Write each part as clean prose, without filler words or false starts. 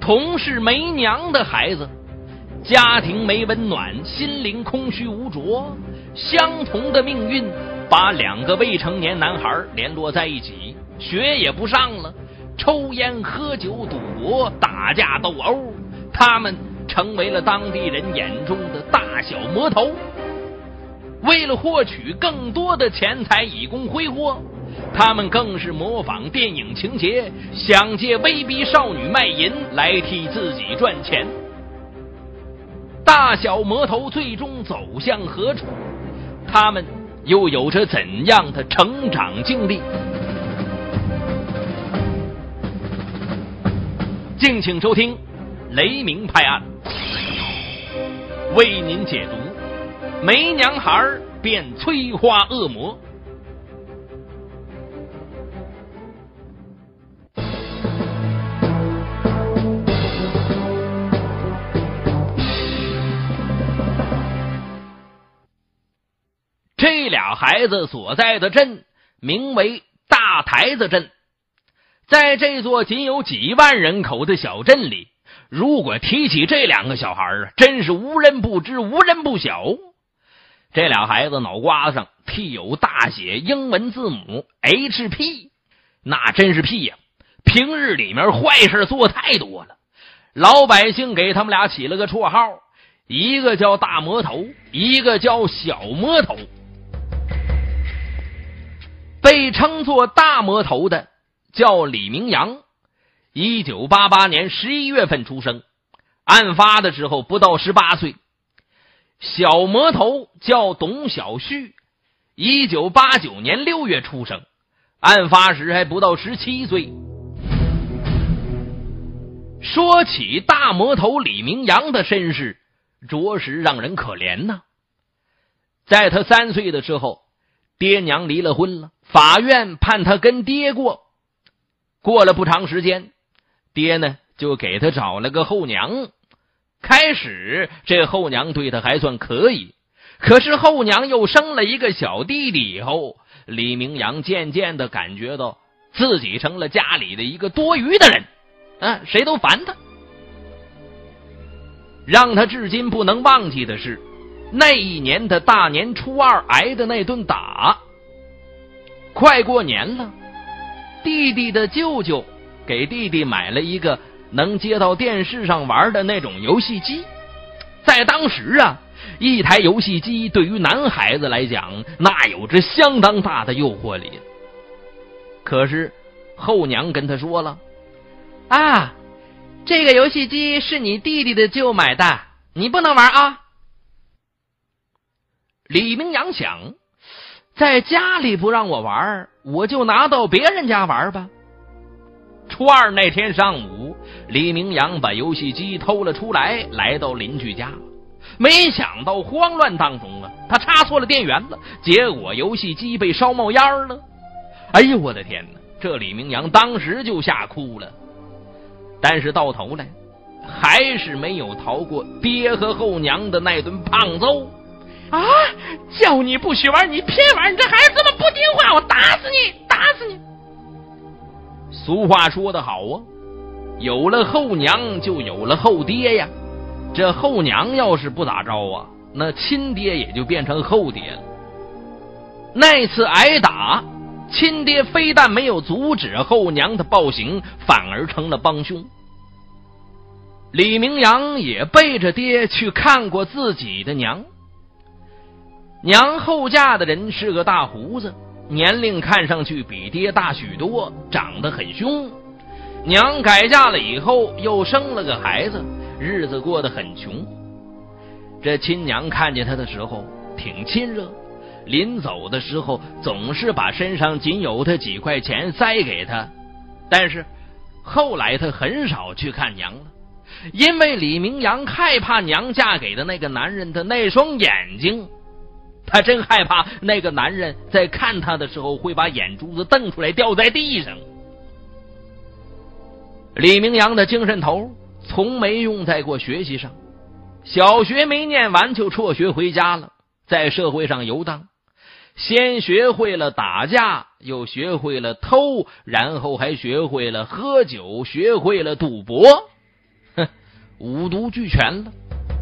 同是没娘的孩子，家庭没温暖，心灵空虚无着，相同的命运把两个未成年男孩联络在一起，学也不上了，抽烟喝酒赌博打架斗殴，他们成为了当地人眼中的大小魔头。为了获取更多的钱财以供挥霍，他们更是模仿电影情节，想借威逼少女卖淫来替自己赚钱。大小魔头最终走向何处？他们又有着怎样的成长经历？敬请收听《雷鸣拍案》，为您解读没娘孩变催花恶魔。这俩孩子所在的镇名为大台子镇，在这座仅有几万人口的小镇里，如果提起这两个小孩真是无人不知无人不晓。这俩孩子脑瓜子上贴有大写英文字母 HP， 那真是屁呀！平日里面坏事做太多了，老百姓给他们俩起了个绰号，一个叫大魔头，一个叫小魔头。被称作大魔头的叫李明阳，1988年11月份出生，案发的时候不到18岁。小魔头叫董小旭，1989年6月出生，案发时还不到17岁。说起大魔头李明阳的身世，着实让人可怜呐。在他3岁的时候，爹娘离了婚了，法院判他跟爹过。过了不长时间，爹呢就给他找了个后娘。开始这后娘对他还算可以，可是后娘又生了一个小弟弟以后，李明阳渐渐的感觉到自己成了家里的一个多余的人，谁都烦他。让他至今不能忘记的是那一年的大年初2挨的那顿打。快过年了，弟弟的舅舅给弟弟买了一个能接到电视上玩的那种游戏机。在当时一台游戏机对于男孩子来讲，那有着相当大的诱惑力。可是后娘跟他说了，这个游戏机是你弟弟的舅买的，你不能玩啊。李明阳想，在家里不让我玩，我就拿到别人家玩吧。初2那天上午，李明阳把游戏机偷了出来，来到邻居家。没想到慌乱当中他插错了电源了，结果游戏机被烧冒烟了。哎呦我的天哪，这李明阳当时就吓哭了。但是到头来还是没有逃过爹和后娘的那顿胖揍。叫你不许玩你偏玩，你这孩子怎么不听话，我打死你，打死你。俗话说得好有了后娘就有了后爹呀。这后娘要是不咋着那亲爹也就变成后爹了。那次挨打，亲爹非但没有阻止后娘的暴行，反而成了帮凶。李明阳也背着爹去看过自己的娘。娘后嫁的人是个大胡子，年龄看上去比爹大许多，长得很凶。娘改嫁了以后又生了个孩子，日子过得很穷。这亲娘看见他的时候挺亲热，临走的时候总是把身上仅有的几块钱塞给他。但是后来他很少去看娘了，因为李明阳害怕娘嫁给的那个男人的那双眼睛。他真害怕那个男人在看他的时候会把眼珠子瞪出来掉在地上。李明阳的精神头从没用在过学习上，小学没念完就辍学回家了，在社会上游荡，先学会了打架，又学会了偷，然后还学会了喝酒，学会了赌博。 五毒俱全了。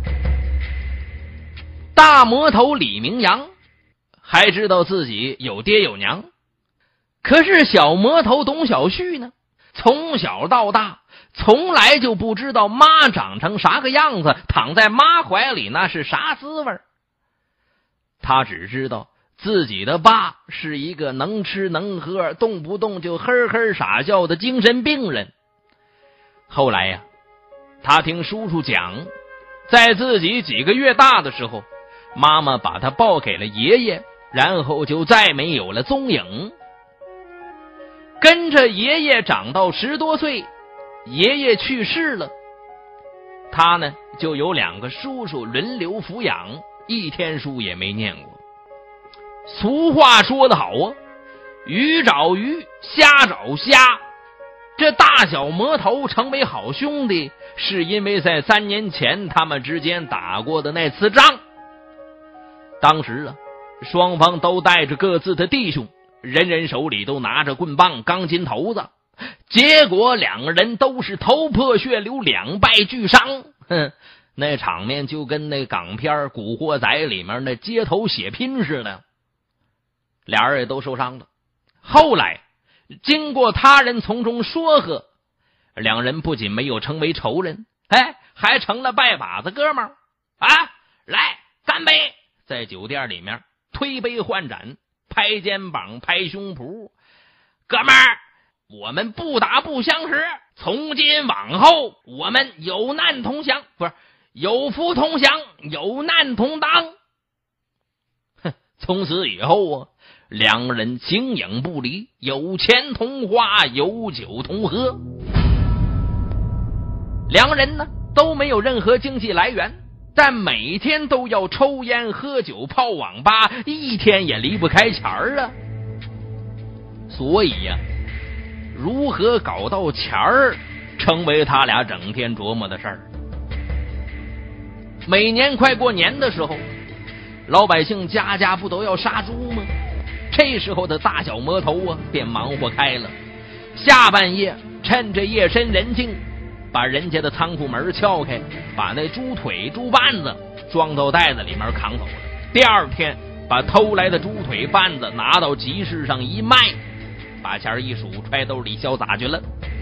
大魔头李明阳还知道自己有爹有娘，可是小魔头董小旭呢，从小到大从来就不知道妈长成啥个样子，躺在妈怀里那是啥滋味。他只知道自己的爸是一个能吃能喝，动不动就呵呵傻笑的精神病人。后来呀，他听叔叔讲，在自己几个月大的时候，妈妈把他抱给了爷爷，然后就再没有了踪影。跟着爷爷长到10多岁，爷爷去世了，他呢就有2个叔叔轮流抚养，一天书也没念过。俗话说得好啊，鱼找鱼，虾找虾。这大小魔头成为好兄弟，是因为在3年前他们之间打过的那次仗。当时啊，双方都带着各自的弟兄，人人手里都拿着棍棒、钢筋头子，结果2个人都是头破血流，两败俱伤。那场面就跟那港片《古惑仔》里面那街头血拼似的，俩人也都受伤了。后来经过他人从中说和，2人不仅没有成为仇人，还成了拜把子哥们儿啊！来干杯！在酒店里面推杯换盏，拍肩膀拍胸脯，哥们儿，我们不打不相识，从今往后我们有难同享，不是有福同享，有难同当。从此以后啊，2个人形影不离，有钱同花，有酒同喝。2个人呢都没有任何经济来源，但每天都要抽烟喝酒泡网吧，一天也离不开钱儿啊。所以呀，如何搞到钱儿成为他俩整天琢磨的事儿。每年快过年的时候，老百姓家家不都要杀猪吗？这时候的大小魔头啊便忙活开了，下半夜趁着夜深人静，把人家的仓库门撬开，把那猪腿猪瓣子装到袋子里面扛走了。第二天把偷来的猪腿瓣子拿到集市上一卖，把钱一数揣兜里潇洒去了。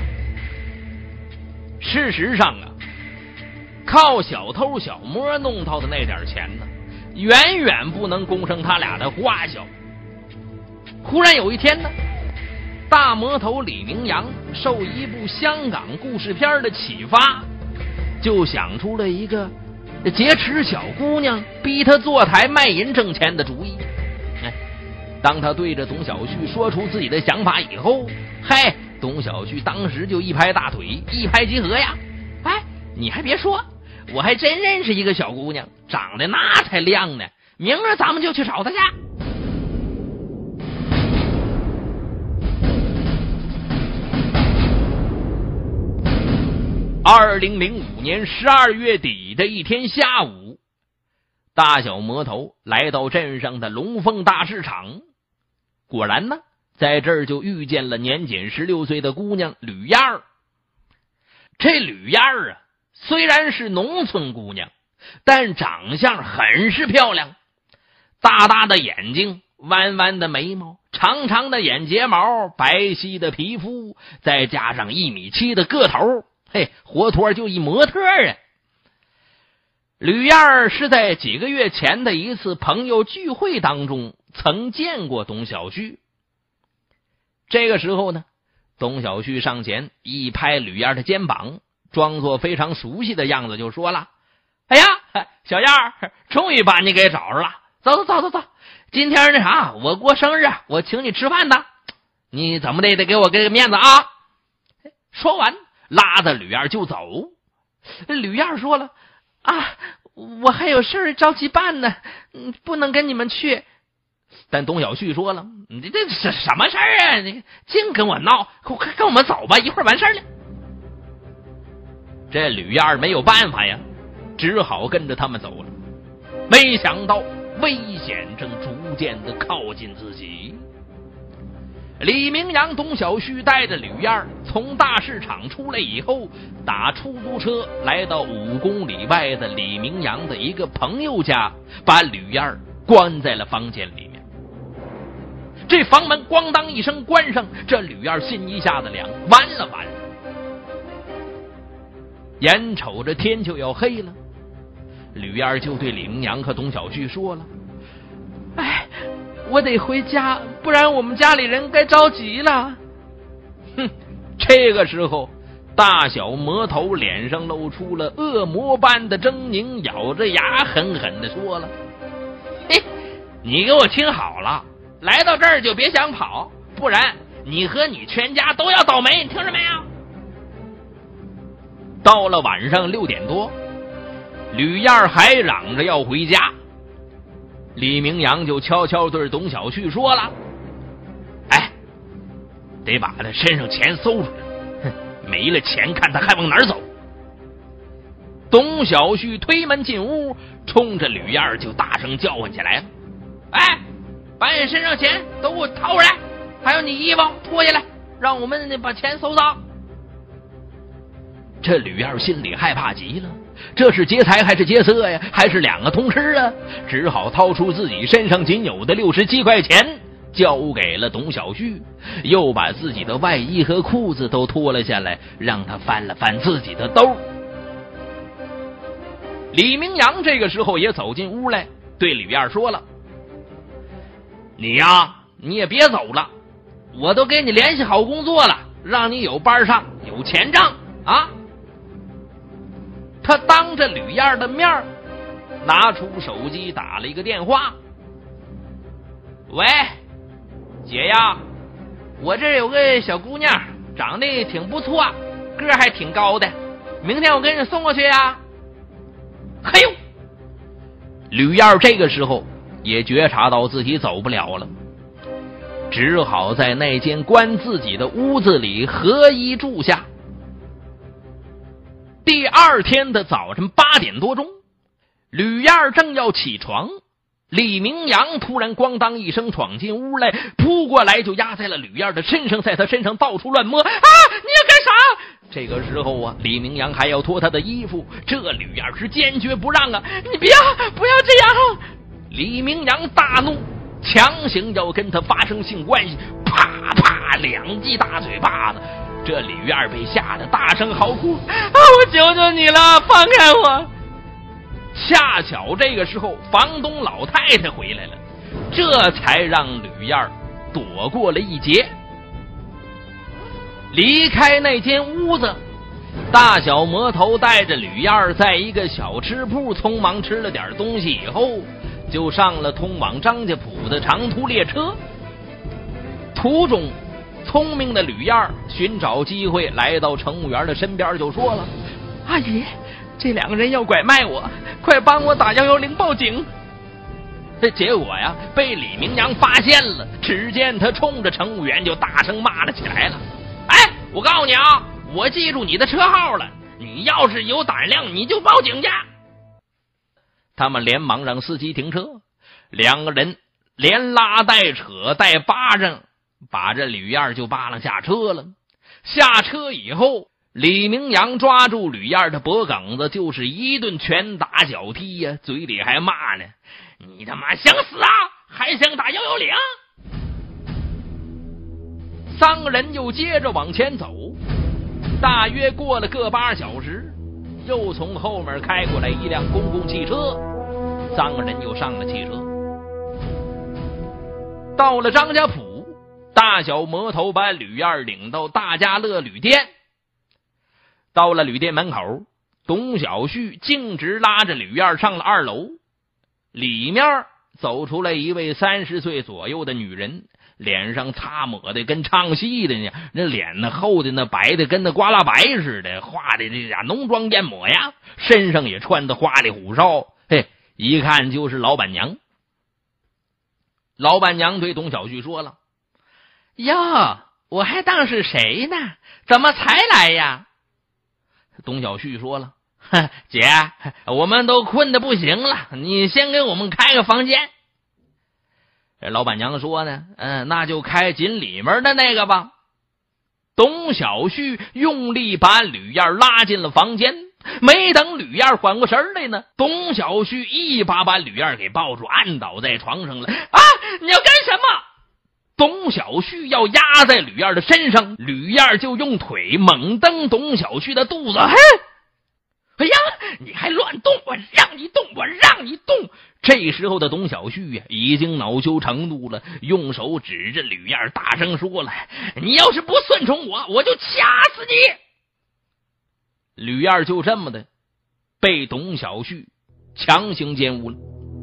事实上啊，靠小偷小摸弄到的那点钱呢，远远不能供上他俩的花销。忽然有一天呢，大魔头李明阳受一部香港故事片的启发，就想出了一个劫持小姑娘逼她坐台卖淫挣钱的主意。当他对着董小旭说出自己的想法以后，董小旭当时就一拍大腿，一拍即合呀！你还别说，我还真认识一个小姑娘，长得那才亮呢，明儿咱们就去找她去。2005年12月底的一天下午，大小魔头来到镇上的龙凤大市场，果然呢，在这儿就遇见了年仅16岁的姑娘吕燕儿。这吕燕儿啊，虽然是农村姑娘，但长相很是漂亮，大大的眼睛，弯弯的眉毛，长长的眼睫毛，白皙的皮肤，再加上1.7米的个头，活脱就一模特啊！吕燕儿是在几个月前的一次朋友聚会当中曾见过董小旭。这个时候呢，董小旭上前一拍吕燕儿的肩膀，装作非常熟悉的样子，就说了：“哎呀，小燕儿，终于把你给找着了！走，今天那啥，我过生日，我请你吃饭的，你怎么得给我个面子啊！”说完，拉着吕燕儿就走。吕燕儿说了：“我还有事儿着急办呢，不能跟你们去。”但董小旭说了：“你这是什么事儿啊？你净跟我闹，跟我们走吧，一会儿完事儿了。”这吕燕儿没有办法呀，只好跟着他们走了。没想到危险正逐渐的靠近自己。 李明阳、董小旭带着吕燕从大市场出来以后，打出租车来到5公里外的李明阳的一个朋友家，把吕燕关在了房间里面。这房门咣当一声关上，这吕燕心一下子凉，完了。眼瞅着天就要黑了，吕燕就对李明阳和董小旭说了：哎，我得回家，不然我们家里人该着急了。哼，这个时候大小魔头脸上露出了恶魔般的狰狞，咬着牙狠狠地说了：嘿，你给我听好了，来到这儿就别想跑，不然你和你全家都要倒霉，你听着没有？到了晚上6点多，吕燕还嚷着要回家，李明阳就悄悄对董小旭说了：哎，得把他身上钱搜出来，没了钱看他还往哪儿走。董小旭推门进屋，冲着吕燕就大声叫唤起来了：哎，把你身上钱都给我掏出来，还有你衣服脱下来，让我们把钱搜到。这吕燕心里害怕极了，这是劫财还是劫色呀？还是两个通吃啊？只好掏出自己身上仅有的67块钱交给了董小旭，又把自己的外衣和裤子都脱了下来，让他翻了翻自己的兜。李明阳这个时候也走进屋来，对吕燕说了：你呀，你也别走了，我都给你联系好工作了，让你有班上，有钱挣啊。他当着吕燕的面拿出手机打了一个电话：喂，姐呀，我这有个小姑娘，长得挺不错，个还挺高的，明天我给你送过去呀。嘿呦，吕燕这个时候也觉察到自己走不了了，只好在那间关自己的屋子里合衣住下。第二天的早晨8点多钟，吕燕正要起床，李明阳突然咣当一声闯进屋来，扑过来就压在了吕燕的身上，在他身上到处乱摸。啊，你要干啥？这个时候啊，李明阳还要脱他的衣服，这吕燕是坚决不让啊！你不要这样！李明阳大怒，强行要跟他发生性关系，啪啪2记大嘴巴子。这吕燕被吓得大声嚎哭：啊，我求求你了，放开我！恰巧这个时候房东老太太回来了，这才让吕燕躲过了一劫。离开那间屋子，大小魔头带着吕燕在一个小吃铺匆忙吃了点东西以后，就上了通往张家堡的长途列车。途中聪明的吕燕寻找机会来到乘务员的身边，就说了：阿姨，这2个人要拐卖我，快帮我打110报警。这结果呀，被李明阳发现了，只见他冲着乘务员就大声骂了起来了：哎，我告诉你啊，我记住你的车号了，你要是有胆量你就报警去。他们连忙让司机停车，2个人连拉带扯带巴掌，把这吕燕就扒拉下车了。下车以后，李明阳抓住吕燕的脖梗子，就是一顿拳打脚踢呀，嘴里还骂呢：你他妈想死啊，还想打110？ 3个人又接着往前走，大约过了个8小时，又从后面开过来一辆公共汽车，3个人又上了汽车。到了张家堡，大小魔头把吕燕领到大家乐旅店。到了旅店门口，董小旭径直拉着吕燕上了2楼，里面走出来一位30岁左右的女人，脸上擦抹的跟唱戏的呢，那脸呢厚的那白的跟那刮蜡白似的，画的这浓妆艳抹呀，身上也穿的花里胡哨，嘿，一看就是老板娘。老板娘对董小旭说了：哟，我还当是谁呢，怎么才来呀？董小旭说了：姐，我们都困得不行了，你先给我们开个房间。 这老板娘说呢，那就开井里面的那个吧。董小旭用力把吕燕拉进了房间，没等吕燕缓过神来呢，董小旭一把把吕燕给抱住，按倒在床上了。啊，你要干什么？董小旭要压在吕燕的身上，吕燕就用腿猛蹬董小旭的肚子。哎呀，你还乱动，我让你动，我让你动。这时候的董小旭呀，已经恼羞成怒了，用手指着吕燕大声说了，你要是不顺从我就掐死你。吕燕就这么的被董小旭强行奸污了。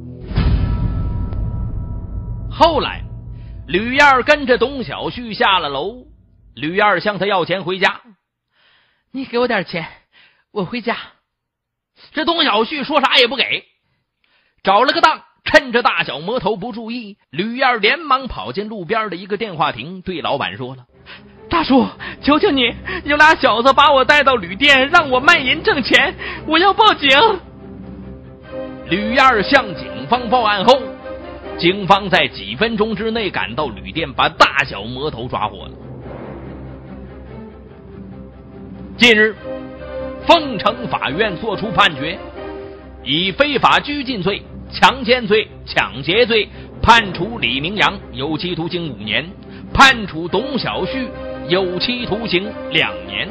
后来吕燕跟着董小旭下了楼，吕燕向他要钱回家。你给我点钱，我回家。这董小旭说啥也不给，找了个当，趁着大小魔头不注意，吕燕连忙跑进路边的一个电话亭，对老板说了，大叔，求求你，有俩小子把我带到旅店，让我卖淫挣钱，我要报警。吕燕向警方报案后，警方在几分钟之内赶到旅店，把大小魔头抓获了。近日凤城法院作出判决，以非法拘禁罪、强奸罪、抢劫罪判处李明阳有期徒刑5年，判处董小旭有期徒刑2年。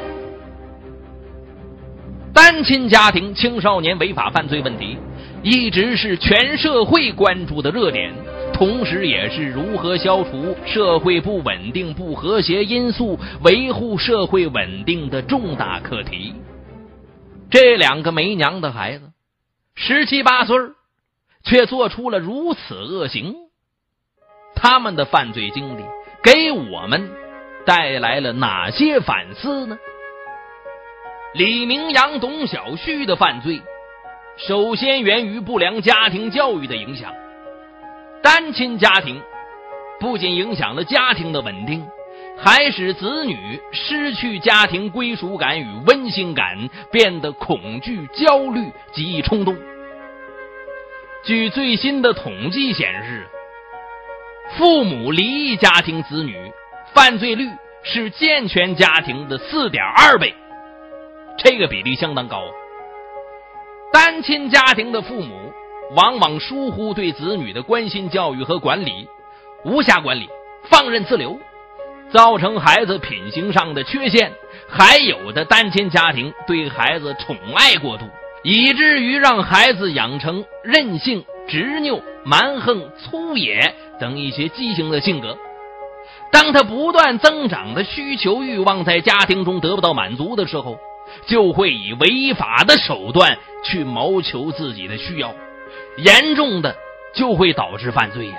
单亲家庭青少年违法犯罪问题一直是全社会关注的热点，同时也是如何消除社会不稳定不和谐因素，维护社会稳定的重大课题。这两个没娘的孩子17、18岁却做出了如此恶行，他们的犯罪经历给我们带来了哪些反思呢？李明阳、董小旭的犯罪首先源于不良家庭教育的影响。单亲家庭不仅影响了家庭的稳定，还使子女失去家庭归属感与温馨感，变得恐惧、焦虑、极易冲动。据最新的统计显示，父母离异家庭子女犯罪率是健全家庭的 4.2 倍，这个比例相当高。单亲家庭的父母往往疏忽对子女的关心教育和管理，无暇管理，放任自流，造成孩子品行上的缺陷。还有的单亲家庭对孩子宠爱过度，以至于让孩子养成任性、执拗、蛮横、粗野等一些畸形的性格。当他不断增长的需求欲望在家庭中得不到满足的时候，就会以违法的手段去谋求自己的需要，严重的就会导致犯罪呀。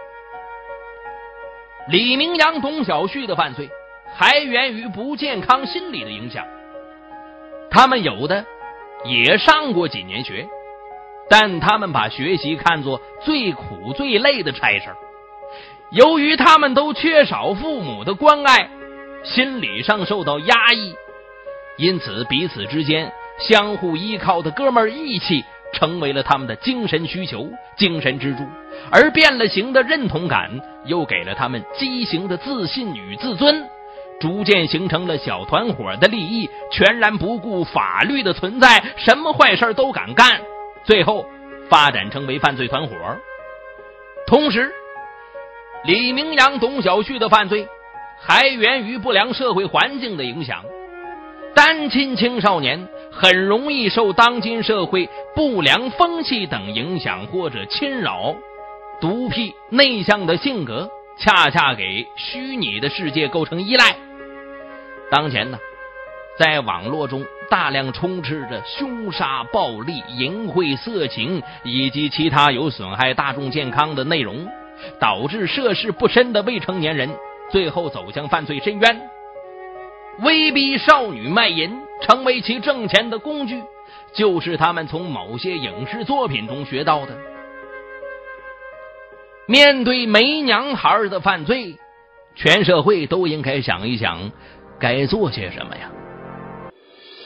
李明阳、董小旭的犯罪还源于不健康心理的影响。他们有的也上过几年学，但他们把学习看作最苦最累的差事。由于他们都缺少父母的关爱，心理上受到压抑，因此彼此之间相互依靠的哥们儿义气成为了他们的精神需求、精神支柱，而变了形的认同感又给了他们畸形的自信与自尊，逐渐形成了小团伙的利益，全然不顾法律的存在，什么坏事都敢干，最后发展成为犯罪团伙。同时，李明阳、董小旭的犯罪还源于不良社会环境的影响。单亲青少年很容易受当今社会不良风气等影响或者侵扰，独僻内向的性格恰恰给虚拟的世界构成依赖。当前呢，在网络中大量充斥着凶杀、暴力、淫秽、色情以及其他有损害大众健康的内容，导致涉世不深的未成年人最后走向犯罪深渊，威逼少女卖淫成为其挣钱的工具，就是他们从某些影视作品中学到的。面对没娘孩的犯罪，全社会都应该想一想该做些什么呀。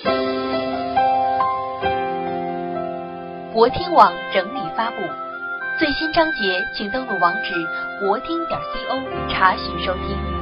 国听网整理发布， 最新章节请登录网址国听.co查询收听。